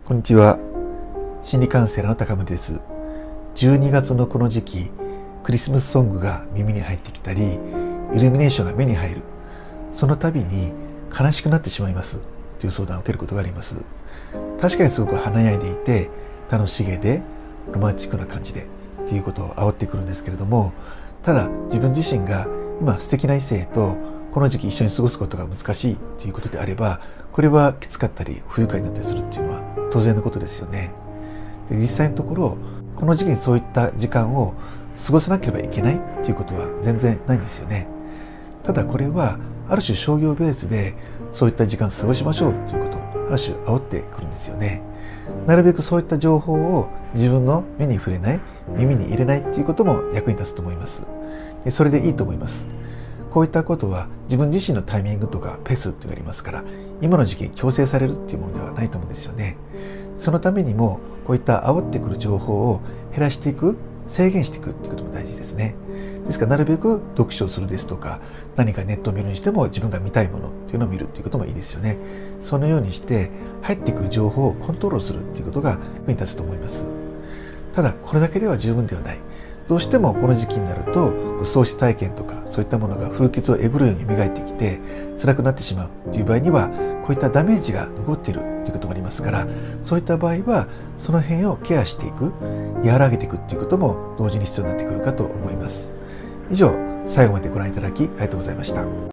こんにちは。心理カウンセラーの高森です。12月のこの時期、クリスマスソングが耳に入ってきたり、イルミネーションが目に入る。その度に悲しくなってしまいますという相談を受けることがあります。確かにすごく華やいでいて、楽しげで、ロマンチックな感じでということを煽ってくるんですけれども、ただ自分自身が今素敵な異性とこの時期一緒に過ごすことが難しいということであれば、これはきつかったり不愉快になったりするっていうのは当然のことですよね。で、実際のところこの時期にそういった時間を過ごさなければいけないということは全然ないんですよね。ただこれはある種商業ベースでそういった時間を過ごしましょうということをある種煽ってくるんですよね。なるべくそういった情報を自分の目に触れない、耳に入れないということも役に立つと思います。で、それでいいと思います。こういったことは自分自身のタイミングとかペースっていうのがありますから、今の時期に強制されるっていうものではないと思うんですよね。そのためにもこういった煽ってくる情報を減らしていく、制限していくっていうことも大事ですね。ですからなるべく読書をするですとか、何かネットを見るにしても自分が見たいものっていうのを見るっていうこともいいですよね。そのようにして入ってくる情報をコントロールするっていうことが役に立つと思います。ただこれだけでは十分ではない。どうしてもこの時期になると喪失体験とかそういったものが古傷をえぐるように蘇ってきて辛くなってしまうという場合には、こういったダメージが残っているということもありますから、そういった場合はその辺をケアしていく、和らげていくということも同時に必要になってくるかと思います。以上、最後までご覧いただきありがとうございました。